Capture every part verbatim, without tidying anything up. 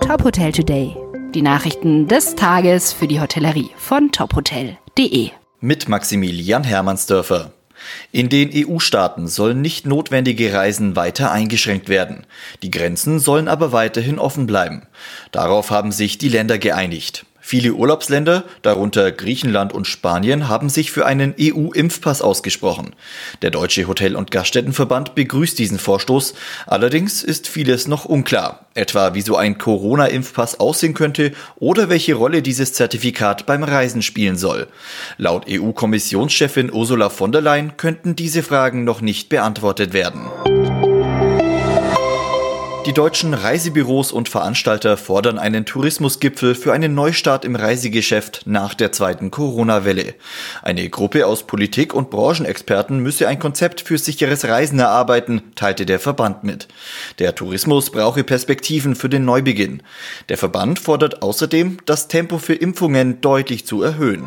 Top Hotel Today. Die Nachrichten des Tages für die Hotellerie von top hotel punkt de. Mit Maximilian Hermannsdörfer. In den E U-Staaten sollen nicht notwendige Reisen weiter eingeschränkt werden. Die Grenzen sollen aber weiterhin offen bleiben. Darauf haben sich die Länder geeinigt. Viele Urlaubsländer, darunter Griechenland und Spanien, haben sich für einen E U-Impfpass ausgesprochen. Der Deutsche Hotel- und Gaststättenverband begrüßt diesen Vorstoß. Allerdings ist vieles noch unklar. Etwa wie so ein Corona-Impfpass aussehen könnte oder welche Rolle dieses Zertifikat beim Reisen spielen soll. Laut E U-Kommissionschefin Ursula von der Leyen könnten diese Fragen noch nicht beantwortet werden. Die deutschen Reisebüros und Veranstalter fordern einen Tourismusgipfel für einen Neustart im Reisegeschäft nach der zweiten Corona-Welle. Eine Gruppe aus Politik- und Branchenexperten müsse ein Konzept für sicheres Reisen erarbeiten, teilte der Verband mit. Der Tourismus brauche Perspektiven für den Neubeginn. Der Verband fordert außerdem, das Tempo für Impfungen deutlich zu erhöhen.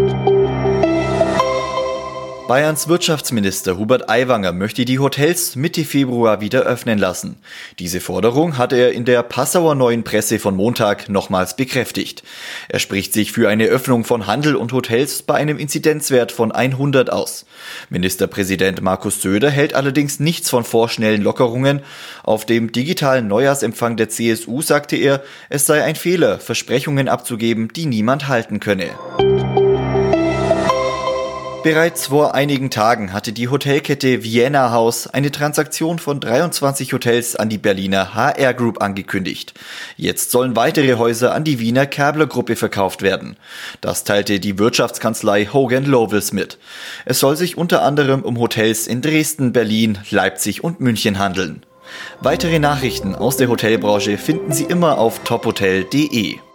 Bayerns Wirtschaftsminister Hubert Aiwanger möchte die Hotels Mitte Februar wieder öffnen lassen. Diese Forderung hat er in der Passauer Neuen Presse von Montag nochmals bekräftigt. Er spricht sich für eine Öffnung von Handel und Hotels bei einem Inzidenzwert von hundert aus. Ministerpräsident Markus Söder hält allerdings nichts von vorschnellen Lockerungen. Auf dem digitalen Neujahrsempfang der C S U sagte er, es sei ein Fehler, Versprechungen abzugeben, die niemand halten könne. Bereits vor einigen Tagen hatte die Hotelkette Vienna House eine Transaktion von dreiundzwanzig Hotels an die Berliner H R Group angekündigt. Jetzt sollen weitere Häuser an die Wiener Kerbler Gruppe verkauft werden. Das teilte die Wirtschaftskanzlei Hogan Lovells mit. Es soll sich unter anderem um Hotels in Dresden, Berlin, Leipzig und München handeln. Weitere Nachrichten aus der Hotelbranche finden Sie immer auf top hotel punkt de.